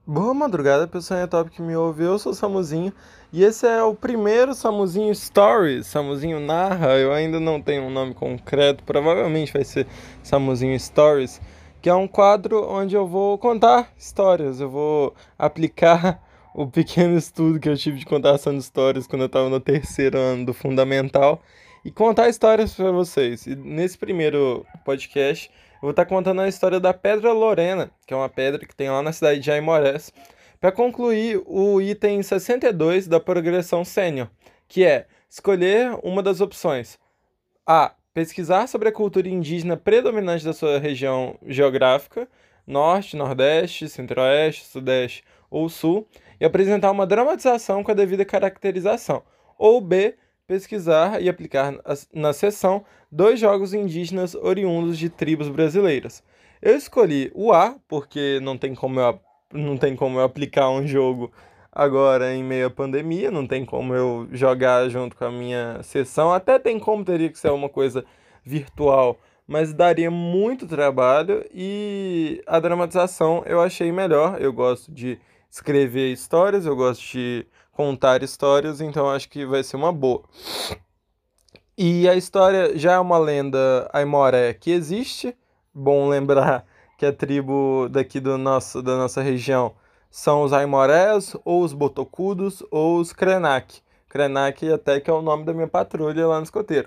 Boa madrugada, pessoal é top que me ouve. Eu sou o Samuzinho e esse é o primeiro Samuzinho Stories. Samuzinho narra, eu ainda não tenho um nome concreto, provavelmente vai ser Samuzinho Stories, que é um quadro onde eu vou contar histórias. Eu vou aplicar o pequeno estudo que eu tive de contação de histórias quando eu estava no terceiro ano do Fundamental e contar histórias para vocês. E nesse primeiro podcast eu vou estar contando a história da Pedra Lorena, que é uma pedra que tem lá na cidade de Aimorés, para concluir o item 62 da progressão sênior, que é escolher uma das opções. A. Pesquisar sobre a cultura indígena predominante da sua região geográfica, norte, nordeste, centro-oeste, sudeste ou sul, e apresentar uma dramatização com a devida caracterização. Ou B. Pesquisar e aplicar na sessão dois jogos indígenas oriundos de tribos brasileiras. Eu escolhi o A, porque não tem como eu aplicar um jogo agora em meio à pandemia, não tem como eu jogar junto com a minha sessão, até tem como, teria que ser uma coisa virtual, mas daria muito trabalho e a dramatização eu achei melhor. Eu gosto de escrever histórias, eu gosto de contar histórias, então acho que vai ser uma boa. E a história já é uma lenda aimoré que existe. Bom lembrar que a tribo daqui da nossa região são os aimorés, ou os botocudos, ou os krenak. Krenak até que é o nome da minha patrulha lá no escoteiro.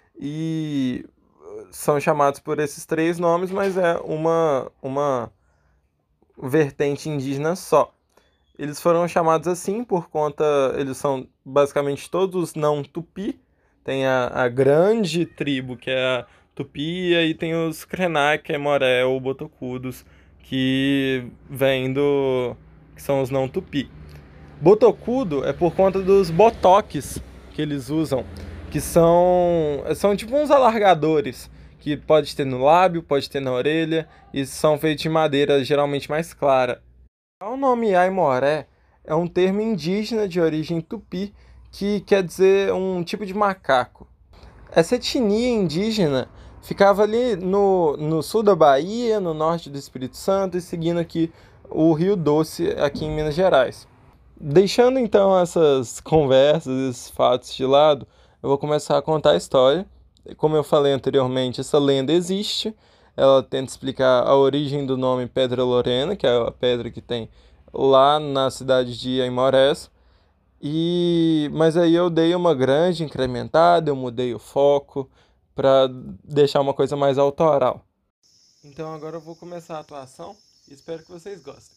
E são chamados por esses três nomes, mas é uma vertente indígena só. Eles foram chamados assim por conta, eles são basicamente todos não tupi. Tem a grande tribo, que é a Tupi, e tem os Krenak, Moré ou Botocudos, que vêm que são os não tupi. Botocudo é por conta dos botoques que eles usam, que são tipo uns alargadores, que pode ter no lábio, pode ter na orelha, e são feitos de madeira geralmente mais clara. O nome Aimoré é um termo indígena de origem tupi que quer dizer um tipo de macaco. Essa etnia indígena ficava ali no sul da Bahia, no norte do Espírito Santo e seguindo aqui o Rio Doce, aqui em Minas Gerais. Deixando então essas conversas, esses fatos de lado, eu vou começar a contar a história. Como eu falei anteriormente, essa lenda existe. Ela tenta explicar a origem do nome Pedra Lorena, que é a pedra que tem lá na cidade de Aimorés. Mas aí eu dei uma grande incrementada, eu mudei o foco para deixar uma coisa mais autoral. Então agora eu vou começar a atuação e espero que vocês gostem.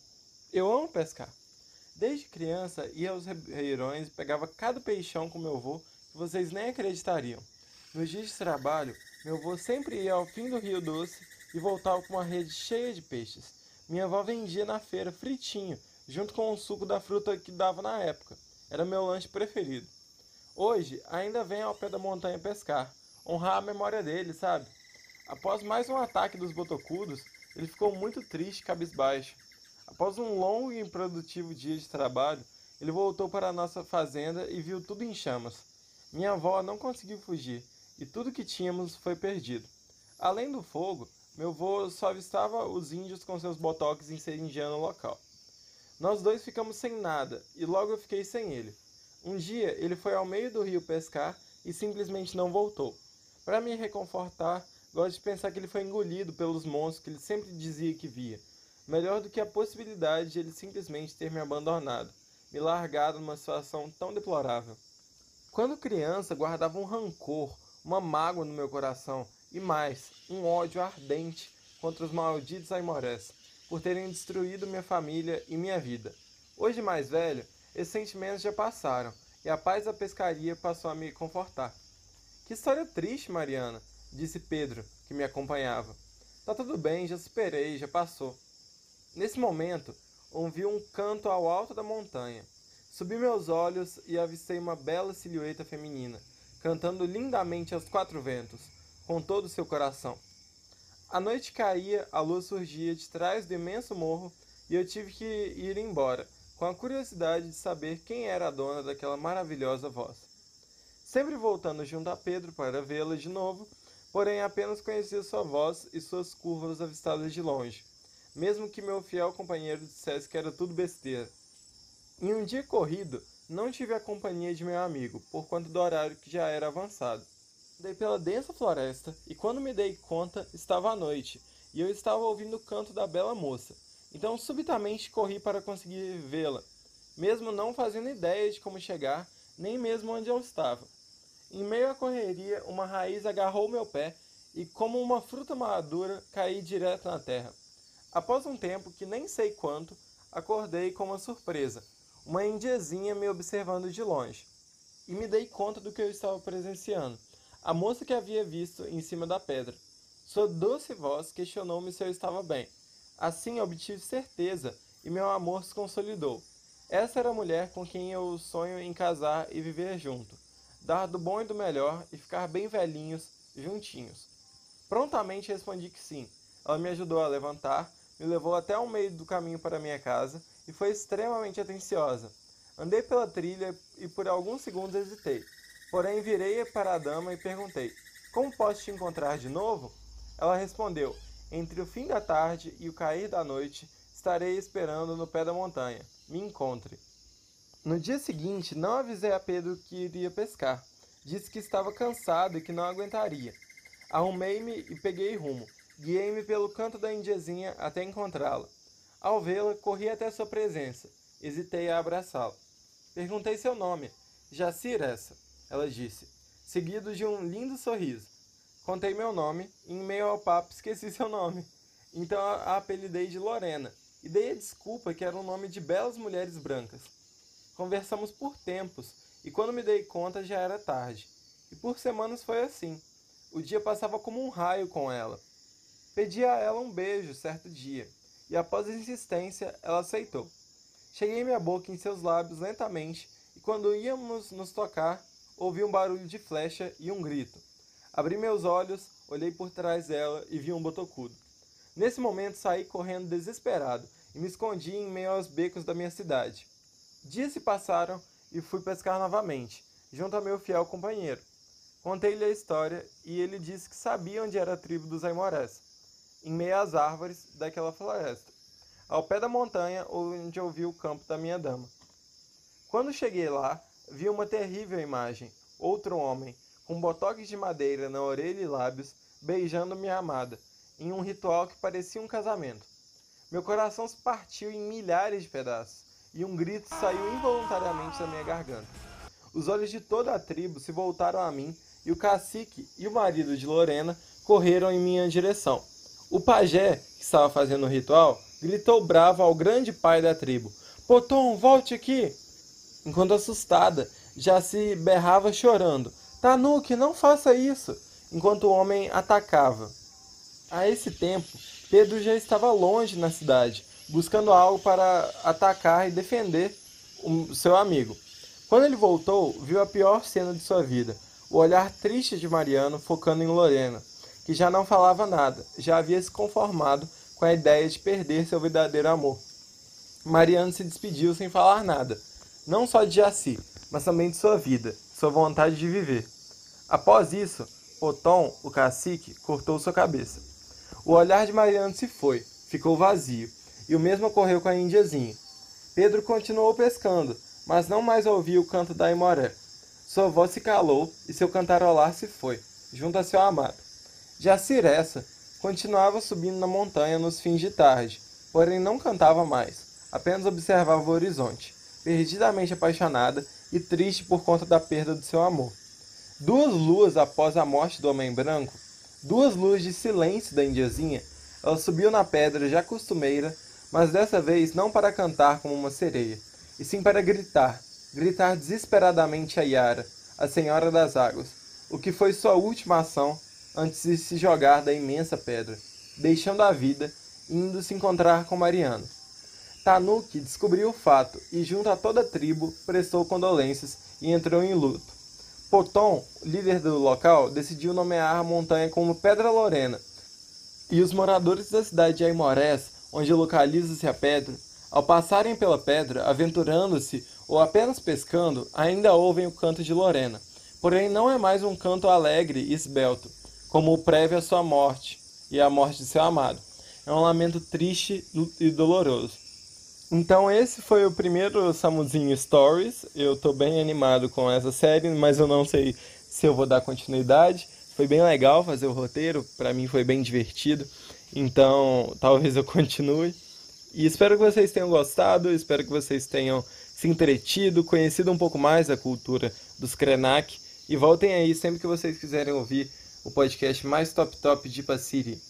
Eu amo pescar. Desde criança ia aos ribeirões e pegava cada peixão com meu avô que vocês nem acreditariam. Nos dias de trabalho, meu avô sempre ia ao fim do Rio Doce e voltava com uma rede cheia de peixes. Minha avó vendia na feira fritinho, junto com o suco da fruta que dava na época. Era meu lanche preferido. Hoje, ainda venho ao pé da montanha pescar, honrar a memória dele, sabe? Após mais um ataque dos botocudos, ele ficou muito triste e cabisbaixo. Após um longo e improdutivo dia de trabalho, ele voltou para a nossa fazenda e viu tudo em chamas. Minha avó não conseguiu fugir e tudo que tínhamos foi perdido. Além do fogo, meu avô só avistava os índios com seus botoques incendiando o local. Nós dois ficamos sem nada e logo eu fiquei sem ele. Um dia ele foi ao meio do rio pescar e simplesmente não voltou. Para me reconfortar, gosto de pensar que ele foi engolido pelos monstros que ele sempre dizia que via. Melhor do que a possibilidade de ele simplesmente ter me abandonado, me largado numa situação tão deplorável. Quando criança, guardava um rancor, uma mágoa no meu coração e mais, um ódio ardente contra os malditos aimorés, por terem destruído minha família e minha vida. Hoje mais velho, esses sentimentos já passaram e a paz da pescaria passou a me confortar. Que história triste, Mariana, disse Pedro, que me acompanhava. Tá tudo bem, já superei, já passou. Nesse momento, ouvi um canto ao alto da montanha. Subi meus olhos e avistei uma bela silhueta feminina, cantando lindamente aos quatro ventos, com todo o seu coração. A noite caía, a lua surgia de trás do imenso morro e eu tive que ir embora, com a curiosidade de saber quem era a dona daquela maravilhosa voz. Sempre voltando junto a Pedro para vê-la de novo, porém apenas conhecia sua voz e suas curvas avistadas de longe. mesmo que meu fiel companheiro dissesse que era tudo besteira. Em um dia corrido, não tive a companhia de meu amigo, por conta do horário que já era avançado. Andei pela densa floresta e quando me dei conta, estava à noite, e eu estava ouvindo o canto da bela moça. Então subitamente corri para conseguir vê-la, mesmo não fazendo ideia de como chegar, nem mesmo onde eu estava. Em meio à correria, uma raiz agarrou meu pé e, como uma fruta madura, caí direto na terra. Após um tempo, que nem sei quanto, acordei com uma surpresa, uma indiazinha me observando de longe, e me dei conta do que eu estava presenciando. A moça que havia visto em cima da pedra. Sua doce voz questionou-me se eu estava bem. Assim obtive certeza e meu amor se consolidou. Essa era a mulher com quem eu sonho em casar e viver junto, dar do bom e do melhor e ficar bem velhinhos, juntinhos. Prontamente respondi que sim. Ela me ajudou a levantar, me levou até o meio do caminho para minha casa e foi extremamente atenciosa. Andei pela trilha e por alguns segundos hesitei. Porém, virei para a dama e perguntei: como posso te encontrar de novo? Ela respondeu: entre o fim da tarde e o cair da noite, estarei esperando no pé da montanha. Me encontre. No dia seguinte, não avisei a Pedro que iria pescar. Disse que estava cansado e que não aguentaria. Arrumei-me e peguei rumo. Guiei-me pelo canto da indiazinha até encontrá-la. Ao vê-la, corri até sua presença. Hesitei a abraçá-la. Perguntei seu nome. Jacir essa, ela disse, seguido de um lindo sorriso. Contei meu nome e, em meio ao papo, esqueci seu nome. Então a apelidei de Lorena e dei a desculpa que era um nome de belas mulheres brancas. Conversamos por tempos e quando me dei conta já era tarde. E por semanas foi assim. O dia passava como um raio com ela. Pedi a ela um beijo certo dia e após insistência ela aceitou. Cheguei minha boca em seus lábios lentamente e quando íamos nos tocar, ouvi um barulho de flecha e um grito. Abri meus olhos, olhei por trás dela e vi um botocudo. Nesse momento saí correndo desesperado e me escondi em meio aos becos da minha cidade. Dias se passaram e fui pescar novamente, junto a meu fiel companheiro. Contei-lhe a história e ele disse que sabia onde era a tribo dos Aimorés, em meio às árvores daquela floresta, ao pé da montanha onde eu vi o campo da minha dama. Quando cheguei lá, vi uma terrível imagem, outro homem, com botox de madeira na orelha e lábios, beijando minha amada, em um ritual que parecia um casamento. Meu coração se partiu em milhares de pedaços, e um grito saiu involuntariamente da minha garganta. Os olhos de toda a tribo se voltaram a mim, e o cacique e o marido de Lorena correram em minha direção. O pajé, que estava fazendo o ritual, gritou bravo ao grande pai da tribo: Poton, volte aqui! Enquanto assustada, já se berrava chorando: Tanuki, não faça isso! Enquanto o homem atacava. A esse tempo, Pedro já estava longe na cidade, buscando algo para atacar e defender o seu amigo. Quando ele voltou, viu a pior cena de sua vida, o olhar triste de Mariano focando em Lorena, que já não falava nada, já havia se conformado com a ideia de perder seu verdadeiro amor. Mariano se despediu sem falar nada, não só de Jaci, mas também de sua vida, sua vontade de viver. Após isso, Poton, o cacique, cortou sua cabeça. O olhar de Mariano se foi, ficou vazio, e o mesmo ocorreu com a indiazinha. Pedro continuou pescando, mas não mais ouvia o canto da Aimoré. Sua voz se calou e seu cantarolar se foi, junto a seu amado. Jacir essa continuava subindo na montanha nos fins de tarde, porém não cantava mais, apenas observava o horizonte, perdidamente apaixonada e triste por conta da perda do seu amor. 2 luas após a morte do homem branco, 2 luas de silêncio da indiazinha, ela subiu na pedra já costumeira, mas dessa vez não para cantar como uma sereia, e sim para gritar desesperadamente a Yara, a Senhora das Águas, o que foi sua última ação antes de se jogar da imensa pedra, deixando a vida e indo se encontrar com Mariano. Tanuki descobriu o fato e, junto a toda a tribo, prestou condolências e entrou em luto. Poton, líder do local, decidiu nomear a montanha como Pedra Lorena, e os moradores da cidade de Aimorés, onde localiza-se a pedra, ao passarem pela pedra, aventurando-se ou apenas pescando, ainda ouvem o canto de Lorena. Porém, não é mais um canto alegre e esbelto, como o prévio à sua morte e à morte de seu amado. é um lamento triste e doloroso. Então esse foi o primeiro Samuzinho Stories. Eu tô bem animado com essa série, mas eu não sei se eu vou dar continuidade. Foi bem legal fazer o roteiro, pra mim foi bem divertido. Então talvez eu continue. E espero que vocês tenham gostado, espero que vocês tenham se entretido, conhecido um pouco mais da cultura dos Krenak. E voltem aí sempre que vocês quiserem ouvir o podcast mais top top de Paciri.